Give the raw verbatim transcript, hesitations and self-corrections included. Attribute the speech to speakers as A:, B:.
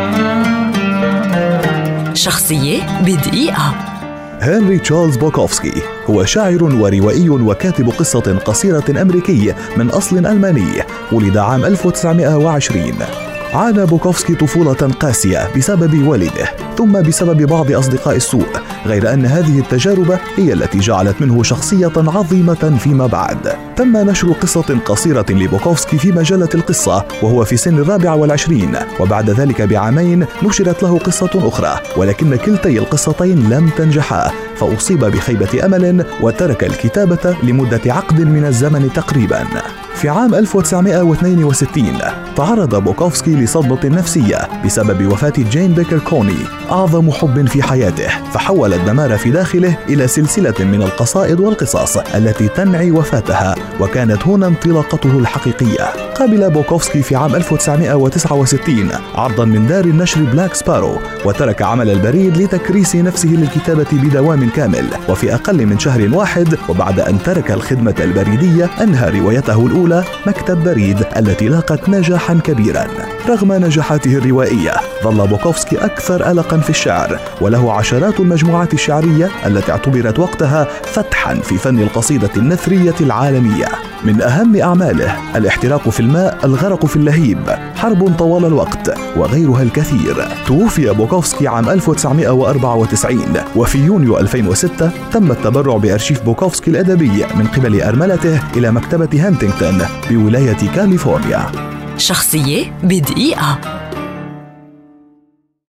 A: شخصية بدقيقة.
B: هنري تشارلز بوكوفسكي هو شاعر وروائي وكاتب قصة قصيرة أمريكي من أصل ألماني، ولد عام ألف وتسعمائة وعشرين. عانى بوكوفسكي طفولة قاسية بسبب والده ثم بسبب بعض أصدقاء السوء، غير أن هذه التجارب هي التي جعلت منه شخصية عظيمة فيما بعد. تم نشر قصة قصيرة لبوكوفسكي في مجلة القصة وهو في سن الرابع والعشرين، وبعد ذلك بعامين نشرت له قصة أخرى، ولكن كلتي القصتين لم تنجحا، فأصيب بخيبة أمل وترك الكتابة لمدة عقد من الزمن تقريبا. في عام ألف وتسعمائة واثنين وستين تعرض بوكوفسكي لصدمة نفسية بسبب وفاة جين بيكر كوني، أعظم حب في حياته، فحول الدمار في داخله إلى سلسلة من القصائد والقصص التي تنعي وفاتها، وكانت هنا انطلاقته الحقيقية. قابل بوكوفسكي في عام ألف وتسعمائة وتسعة وستين عرضا من دار النشر بلاك سبارو، وترك عمل البريد لتكريس نفسه للكتابة بدوام كامل، وفي أقل من شهر واحد وبعد أن ترك الخدمة البريدية أنهى روايته الأولى مكتب بريد التي لاقت نجاحا كبيرا. رغم نجاحاته الروائية ظل بوكوفسكي أكثر قلقا في الشعر، وله عشرات المجموعات الشعرية التي اعتبرت وقتها فتحا في فن القصيدة النثرية العالمية. من أهم أعماله الاحتراق في الماء، الغرق في اللهيب، حرب طوال الوقت، وغيرها الكثير. توفي بوكوفسكي عام ألف وتسعمائة وأربعة وتسعين، وفي يونيو ألفين وستة تم التبرع بأرشيف بوكوفسكي الأدبي من قبل أرملته إلى مكتبة هانتينغتون بولاية كاليفورنيا.
A: شخصية بدقيقة.